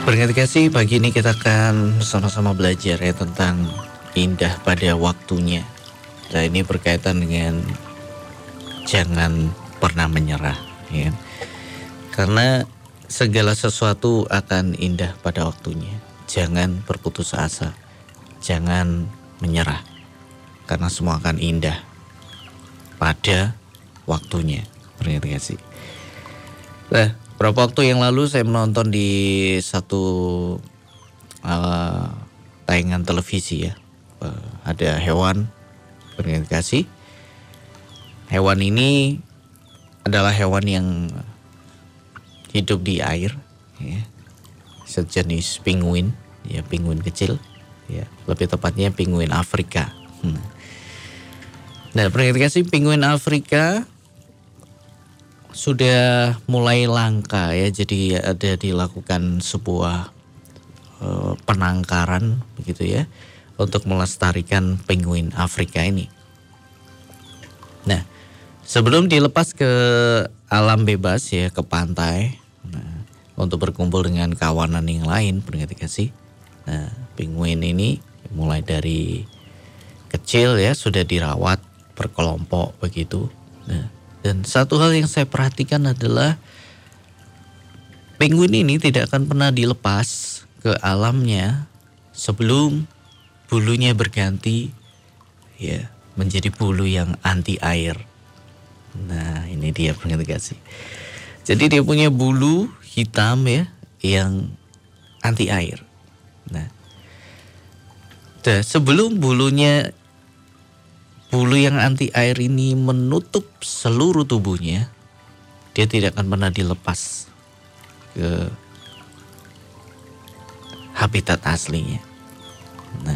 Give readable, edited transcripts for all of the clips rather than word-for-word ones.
Berkat kasih, pagi ini kita akan sama-sama belajar ya tentang indah pada waktunya. Nah, ini berkaitan dengan jangan pernah menyerah, ya. Karena segala sesuatu akan indah pada waktunya. Jangan berputus asa, jangan menyerah, karena semua akan indah pada waktunya. Berkat kasih. Nah, beberapa waktu yang lalu saya menonton di satu tayangan televisi ya. Ada hewan bernegasi. Hewan ini adalah hewan yang hidup di air, ya. Sejenis penguin, ya, penguin kecil, ya. Lebih tepatnya penguin Afrika. Nah, bernegasi penguin Afrika sudah mulai langka ya, jadi ada dilakukan sebuah penangkaran begitu ya untuk melestarikan penguin Afrika ini. Nah, sebelum dilepas ke alam bebas ya, ke pantai, nah, untuk berkumpul dengan kawanan yang lain, berarti kasih. Nah, penguin ini mulai dari kecil ya sudah dirawat berkelompok begitu. Nah, dan satu hal yang saya perhatikan adalah penguin ini tidak akan pernah dilepas ke alamnya sebelum bulunya berganti ya menjadi bulu yang anti air. Nah, ini dia pengerti. Jadi dia punya bulu hitam ya yang anti air. Nah, sebelum bulu yang anti air ini menutup seluruh tubuhnya, dia tidak akan pernah dilepas ke habitat aslinya. Nah,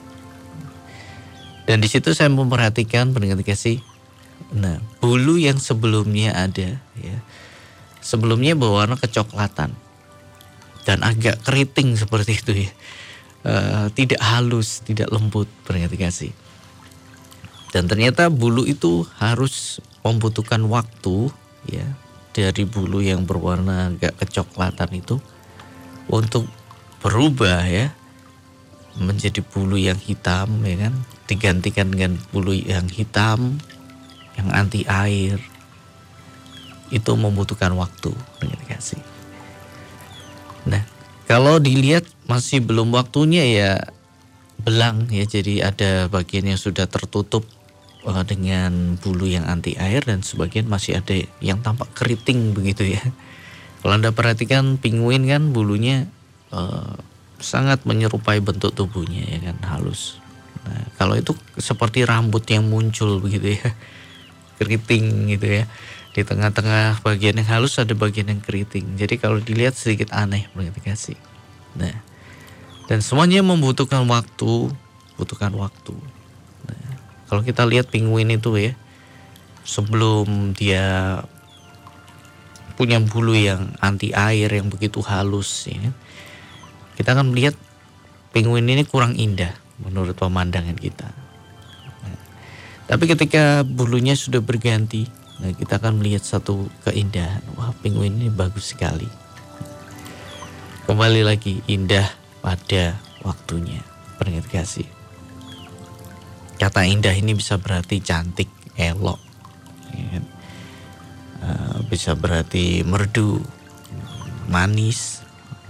dan di situ saya memperhatikan pendengar kasih. Nah, bulu yang sebelumnya ada, ya, sebelumnya berwarna kecoklatan dan agak keriting seperti itu ya, tidak halus, tidak lembut pendengar kasih. Dan ternyata bulu itu harus membutuhkan waktu ya dari bulu yang berwarna agak kecoklatan itu untuk berubah ya menjadi bulu yang hitam ya kan, digantikan dengan bulu yang hitam yang anti air. Itu membutuhkan waktu, terima kasih. Nah, kalau dilihat masih belum waktunya ya belang ya, jadi ada bagian yang sudah tertutup dengan bulu yang anti air dan sebagian masih ada yang tampak keriting begitu ya. Kalau Anda perhatikan penguin kan bulunya sangat menyerupai bentuk tubuhnya ya kan, halus. Nah, kalau itu seperti rambut yang muncul begitu ya, keriting gitu ya. Di tengah-tengah bagian yang halus ada bagian yang keriting. Jadi kalau dilihat sedikit aneh berarti kasih. Nah, dan semuanya membutuhkan waktu, Nah, kalau kita lihat penguin itu ya, sebelum dia punya bulu yang anti air yang begitu halus ya, kita akan melihat penguin ini kurang indah menurut pemandangan kita. Nah, tapi ketika bulunya sudah berganti, nah kita akan melihat satu keindahan. Wah, penguin ini bagus sekali. Kembali lagi, indah pada waktunya. Peringat kasih. Kata indah ini bisa berarti cantik, elok, ya kan? Bisa berarti merdu, manis,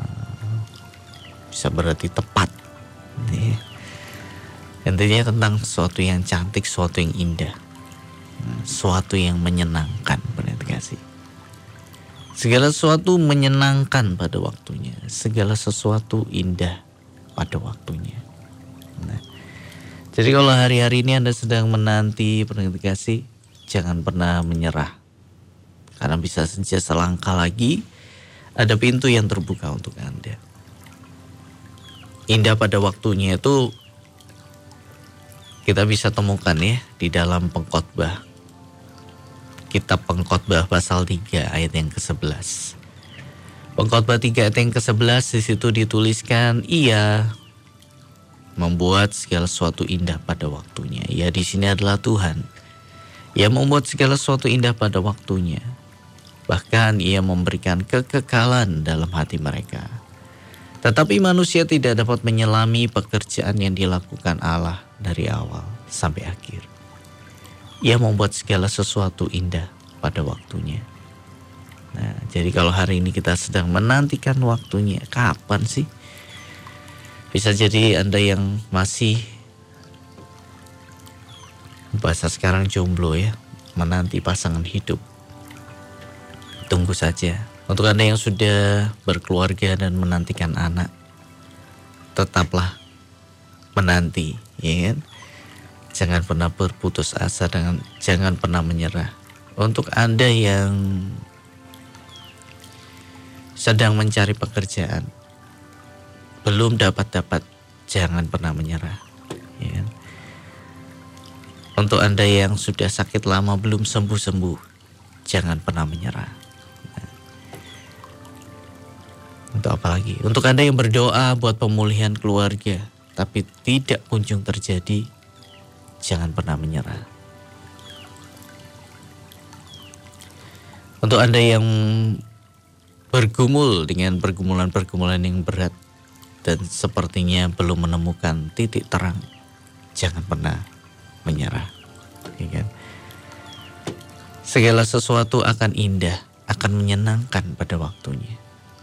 bisa berarti tepat. Ya. Intinya tentang sesuatu yang cantik, sesuatu yang indah, sesuatu yang menyenangkan. Berarti kasih. Segala sesuatu menyenangkan pada waktunya, segala sesuatu indah pada waktunya. Nah, jadi kalau hari-hari ini Anda sedang menanti pendengar kasih, jangan pernah menyerah. Karena bisa saja selangkah lagi ada pintu yang terbuka untuk Anda. Indah pada waktunya itu kita bisa temukan ya di dalam Pengkhotbah. Kitab Pengkhotbah pasal 3 ayat yang ke-11. Pengkhotbah 3 ayat yang ke-11 di situ dituliskan, Ia membuat segala sesuatu indah pada waktunya. Ia di sini adalah Tuhan. Ia membuat segala sesuatu indah pada waktunya. Bahkan Ia memberikan kekekalan dalam hati mereka. Tetapi manusia tidak dapat menyelami pekerjaan yang dilakukan Allah dari awal sampai akhir. Ia membuat segala sesuatu indah pada waktunya. Nah, jadi kalau hari ini kita sedang menantikan waktunya, kapan sih? Bisa jadi Anda yang masih, bahasa sekarang jomblo ya, menanti pasangan hidup. Tunggu saja. Untuk Anda yang sudah berkeluarga dan menantikan anak, tetaplah menanti, ya kan? Jangan pernah berputus asa, dan jangan pernah menyerah. Untuk Anda yang sedang mencari pekerjaan, belum dapat, jangan pernah menyerah, ya kan? Untuk Anda yang sudah sakit lama belum sembuh-sembuh, jangan pernah menyerah. Untuk apa lagi? Untuk Anda yang berdoa buat pemulihan keluarga, tapi tidak kunjung terjadi, jangan pernah menyerah. Untuk Anda yang bergumul dengan pergumulan-pergumulan yang berat dan sepertinya belum menemukan titik terang, jangan pernah menyerah, ya kan? Segala sesuatu akan indah, akan menyenangkan pada waktunya.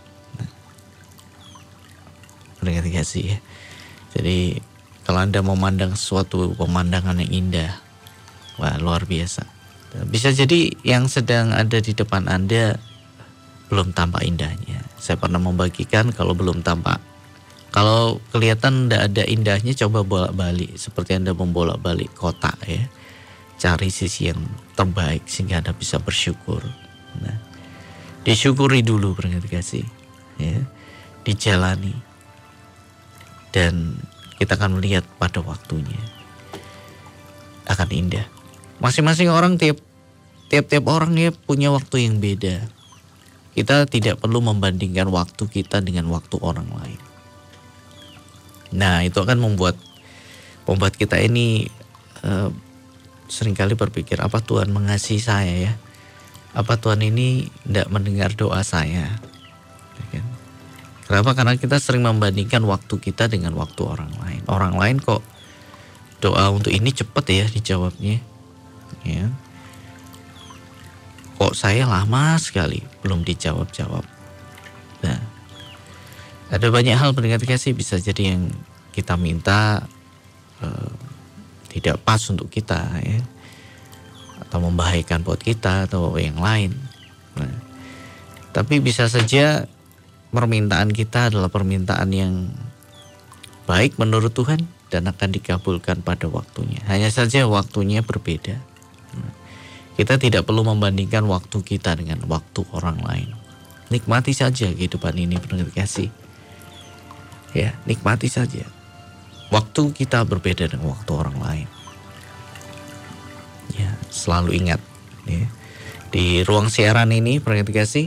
Mendengar gak sih ya? Jadi kalau Anda memandang suatu pemandangan yang indah, wah luar biasa. Bisa jadi yang sedang ada di depan Anda belum tampak indahnya. Saya pernah membagikan kalau belum tampak, kalau kelihatan tidak ada indahnya, coba bolak-balik. Seperti Anda membolak-balik kota ya. Cari sisi yang terbaik sehingga Anda bisa bersyukur. Nah, disyukuri dulu, berarti kasih ya. Dijalani. Dan kita akan melihat pada waktunya akan indah. Masing-masing orang, tiap-tiap orang ya punya waktu yang beda. Kita tidak perlu membandingkan waktu kita dengan waktu orang lain. Nah, itu akan membuat kita ini seringkali berpikir, apa Tuhan mengasihi saya ya? Apa Tuhan ini tidak mendengar doa saya? Ya kan? Kenapa? Karena kita sering membandingkan waktu kita dengan waktu orang lain. Orang lain kok doa untuk ini cepat ya dijawabnya, ya. Kok saya lama sekali belum dijawab-jawab. Nah, ada banyak hal pendengar kasih, bisa jadi yang kita minta tidak pas untuk kita ya, atau membahayakan buat kita atau yang lain. Nah, tapi bisa saja permintaan kita adalah permintaan yang baik menurut Tuhan dan akan dikabulkan pada waktunya. Hanya saja waktunya berbeda. Kita tidak perlu membandingkan waktu kita dengan waktu orang lain. Nikmati saja kehidupan ini, pendengar kasih. Ya, nikmati saja. Waktu kita berbeda dengan waktu orang lain. Ya, selalu ingat ya. Di ruang siaran ini, pendengar kasih,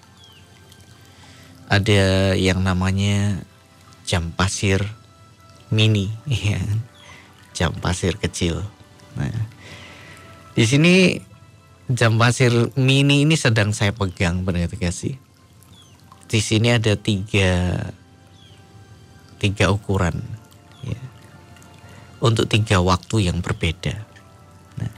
ada yang namanya jam pasir mini, ya, jam pasir kecil. Nah, di sini jam pasir mini ini sedang saya pegang, pendengar kasih. Di sini ada tiga ukuran, ya, untuk 3 waktu yang berbeda. Nah,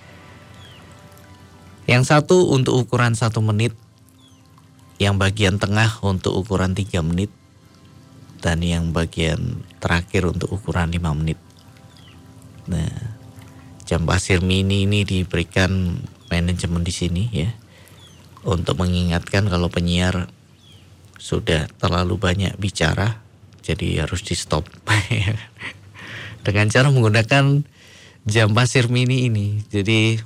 yang satu untuk ukuran 1 menit. Yang bagian tengah untuk ukuran 3 menit. Dan yang bagian terakhir untuk ukuran 5 menit. Nah, jam pasir mini ini diberikan manajemen di sini ya, untuk mengingatkan kalau penyiar sudah terlalu banyak bicara, jadi harus di stop. Dengan cara menggunakan jam pasir mini ini. Jadi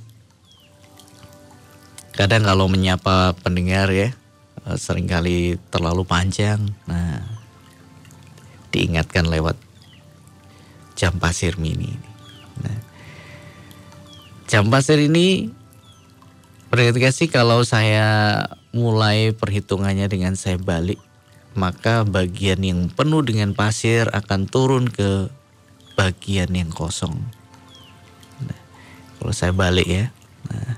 kadang kalau menyapa pendengar ya, seringkali terlalu panjang. Nah, diingatkan lewat jam pasir mini ini. Nah, jam pasir ini berarti kalau saya mulai perhitungannya dengan saya balik, maka bagian yang penuh dengan pasir akan turun ke bagian yang kosong. Nah, kalau saya balik ya, nah,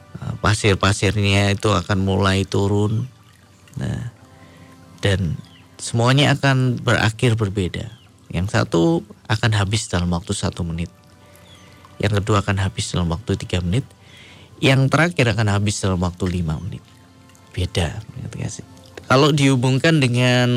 pasir-pasirnya itu akan mulai turun. Nah, dan semuanya akan berakhir berbeda. Yang satu akan habis dalam waktu 1 menit. Yang kedua akan habis dalam waktu 3 menit. Yang terakhir akan habis dalam waktu 5 menit. Beda. Kalau dihubungkan dengan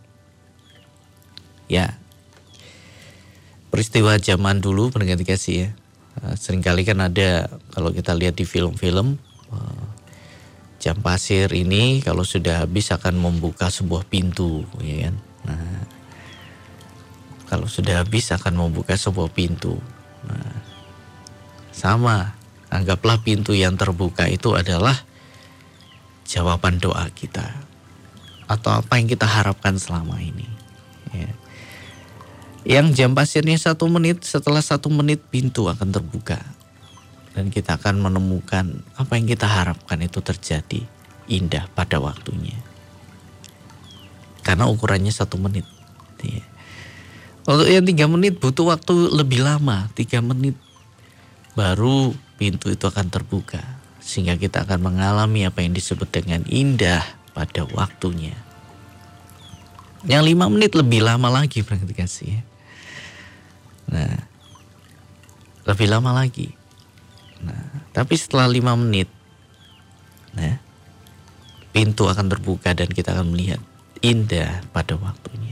ya peristiwa zaman dulu pendengar kasih ya. Seringkali kan ada kalau kita lihat di film-film jam pasir ini kalau sudah habis akan membuka sebuah pintu, ya kan? Nah, kalau sudah habis akan membuka sebuah pintu. Nah, sama, anggaplah pintu yang terbuka itu adalah jawaban doa kita atau apa yang kita harapkan selama ini. Ya. Yang jam pasirnya 1 menit, setelah 1 menit pintu akan terbuka. Dan kita akan menemukan apa yang kita harapkan itu terjadi indah pada waktunya. Karena ukurannya 1 menit. Ya. Untuk yang 3 menit butuh waktu lebih lama. 3 menit baru pintu itu akan terbuka. Sehingga kita akan mengalami apa yang disebut dengan indah pada waktunya. Yang 5 menit lebih lama lagi praktikasi ya. Nah, lebih lama lagi. Nah, tapi setelah 5 menit, nah, pintu akan terbuka dan kita akan melihat indah pada waktunya.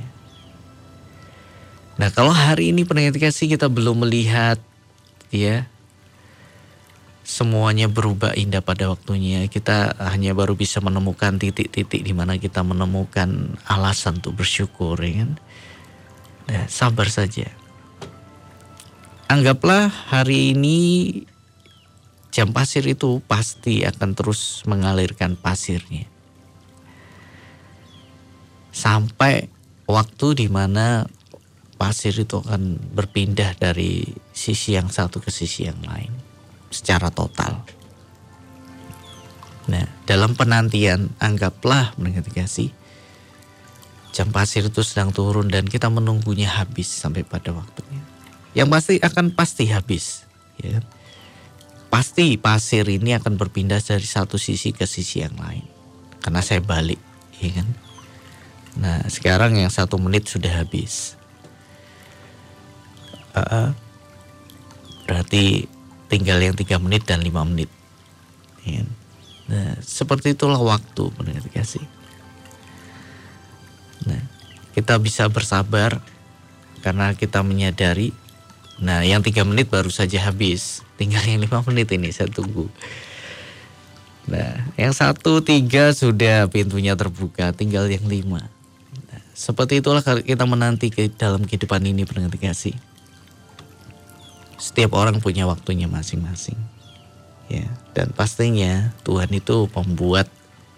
Nah, kalau hari ini pendengar kasih kita belum melihat, ya, semuanya berubah indah pada waktunya. Kita hanya baru bisa menemukan titik-titik di mana kita menemukan alasan untuk bersyukur, ya kan? Nah, sabar saja. Anggaplah hari ini jam pasir itu pasti akan terus mengalirkan pasirnya. Sampai waktu di mana pasir itu akan berpindah dari sisi yang satu ke sisi yang lain. Secara total. Nah, dalam penantian anggaplah mendengar kasih jam pasir itu sedang turun dan kita menunggunya habis sampai pada waktunya. Yang pasti habis, ya kan? Pasti pasir ini akan berpindah dari satu sisi ke sisi yang lain. Karena saya balik, ya kan? Nah, sekarang yang 1 menit sudah habis. Berarti tinggal yang 3 menit dan 5 menit. Ya kan? Nah, seperti itulah waktu mendengar kasih. Nah, kita bisa bersabar karena kita menyadari. Nah, yang 3 menit baru saja habis. Tinggal yang 5 menit ini saya tunggu. Nah, yang 1-3 sudah pintunya terbuka. Tinggal yang 5. Nah, seperti itulah kita menanti dalam kehidupan ini pendengar kasih. Setiap orang punya waktunya masing-masing. Ya, dan pastinya Tuhan itu membuat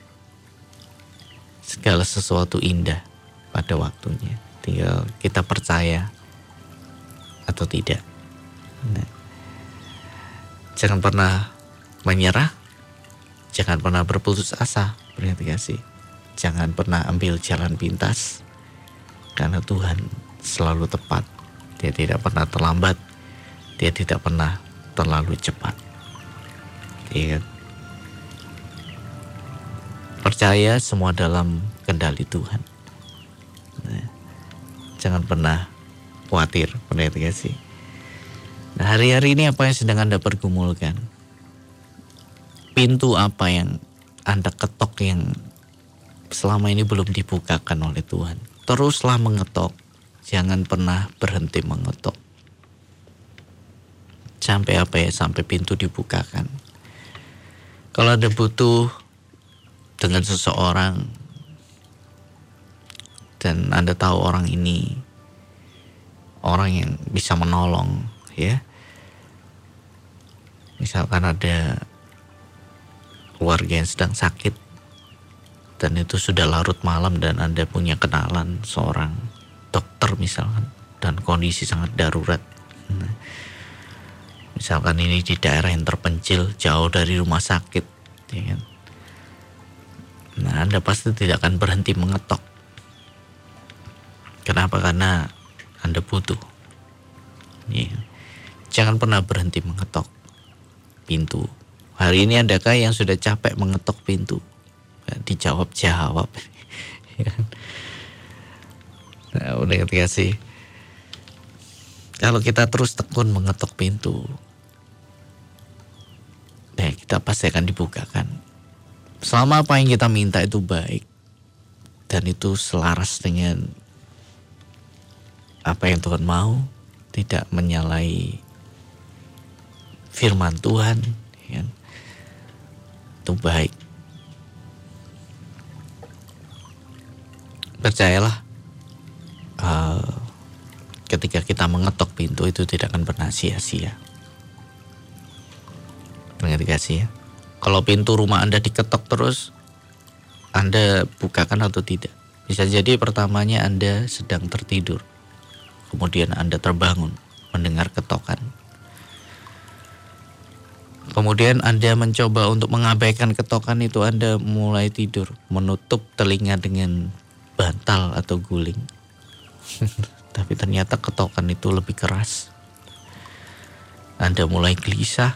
segala sesuatu indah pada waktunya. Tinggal kita percaya atau tidak. Nah, jangan pernah menyerah, jangan pernah berputus asa, berhati kasih. Jangan pernah ambil jalan pintas, karena Tuhan selalu tepat. Dia tidak pernah terlambat, dia tidak pernah terlalu cepat. Ya, percaya semua dalam kendali Tuhan. Nah, jangan pernah khawatir, pendengar kasih. Nah, hari-hari ini apa yang sedang Anda pergumulkan? Pintu apa yang Anda ketok yang selama ini belum dibukakan oleh Tuhan? Teruslah mengetok, jangan pernah berhenti mengetok. Sampai apa ya? Sampai pintu dibukakan. Kalau Anda butuh dengan seseorang dan Anda tahu orang ini orang yang bisa menolong, ya. Misalkan ada keluarga yang sedang sakit dan itu sudah larut malam dan Anda punya kenalan seorang dokter misalkan dan kondisi sangat darurat. Nah, misalkan ini di daerah yang terpencil jauh dari rumah sakit, ya kan? Nah, Anda pasti tidak akan berhenti mengetok. Kenapa? Karena Anda butuh. Ya. Jangan pernah berhenti mengetok pintu. Hari ini adakah yang sudah capek mengetok pintu? Dijawab-jawab. Ya. Nah, udah kasih. Kalau kita terus tekun mengetok pintu, ya kita pasti akan dibukakan. Selama apa yang kita minta itu baik dan itu selaras dengan apa yang Tuhan mau, tidak menyalahi firman Tuhan, ya, itu baik. Percayalah, ketika kita mengetok pintu itu tidak akan pernah sia-sia. Mengerti kasih ya? Kalau pintu rumah Anda diketok terus, Anda bukakan atau tidak? Bisa jadi pertamanya Anda sedang tertidur, kemudian Anda terbangun mendengar ketokan. Kemudian Anda mencoba untuk mengabaikan ketokan itu, Anda mulai tidur, menutup telinga dengan bantal atau guling. Tapi ternyata ketokan itu lebih keras. Anda mulai gelisah.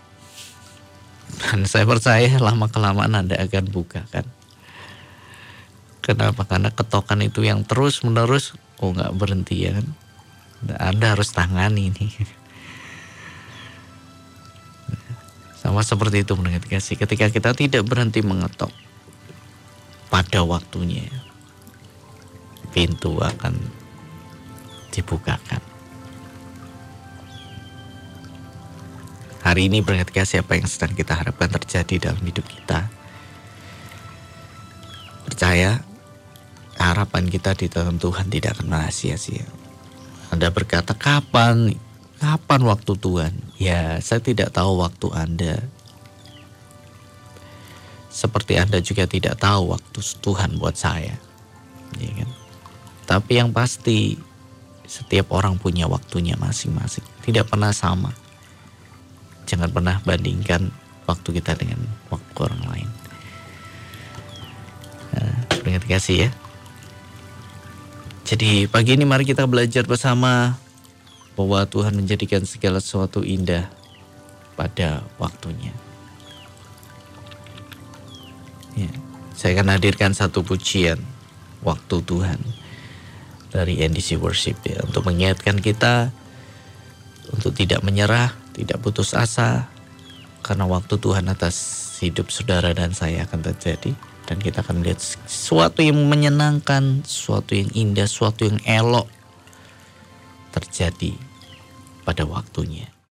Dan saya percaya lama-kelamaan Anda akan bukakan. Kenapa? Karena ketokan itu yang terus menerus, nggak berhenti ya kan. Anda harus tangani ini. Sama seperti itu mendengar kasih. Ketika kita tidak berhenti mengetok pada waktunya, pintu akan dibukakan. Hari ini berkat kasih apa yang sedang kita harapkan terjadi dalam hidup kita. Percaya harapan kita di dalam Tuhan tidak akan pernah sia-sia. Anda berkata kapan waktu Tuhan? Ya, saya tidak tahu waktu Anda. Seperti Anda juga tidak tahu waktu Tuhan buat saya. Ya kan? Tapi yang pasti setiap orang punya waktunya masing-masing. Tidak pernah sama. Jangan pernah bandingkan waktu kita dengan waktu orang lain. Terima kasih ya. Jadi pagi ini mari kita belajar bersama bahwa Tuhan menjadikan segala sesuatu indah pada waktunya. Ya, saya akan hadirkan satu pujian waktu Tuhan dari NDC Worship ya, untuk mengingatkan kita untuk tidak menyerah, tidak putus asa, karena waktu Tuhan atas hidup saudara dan saya akan terjadi. Dan kita akan melihat sesuatu yang menyenangkan, sesuatu yang indah, sesuatu yang elok terjadi pada waktunya.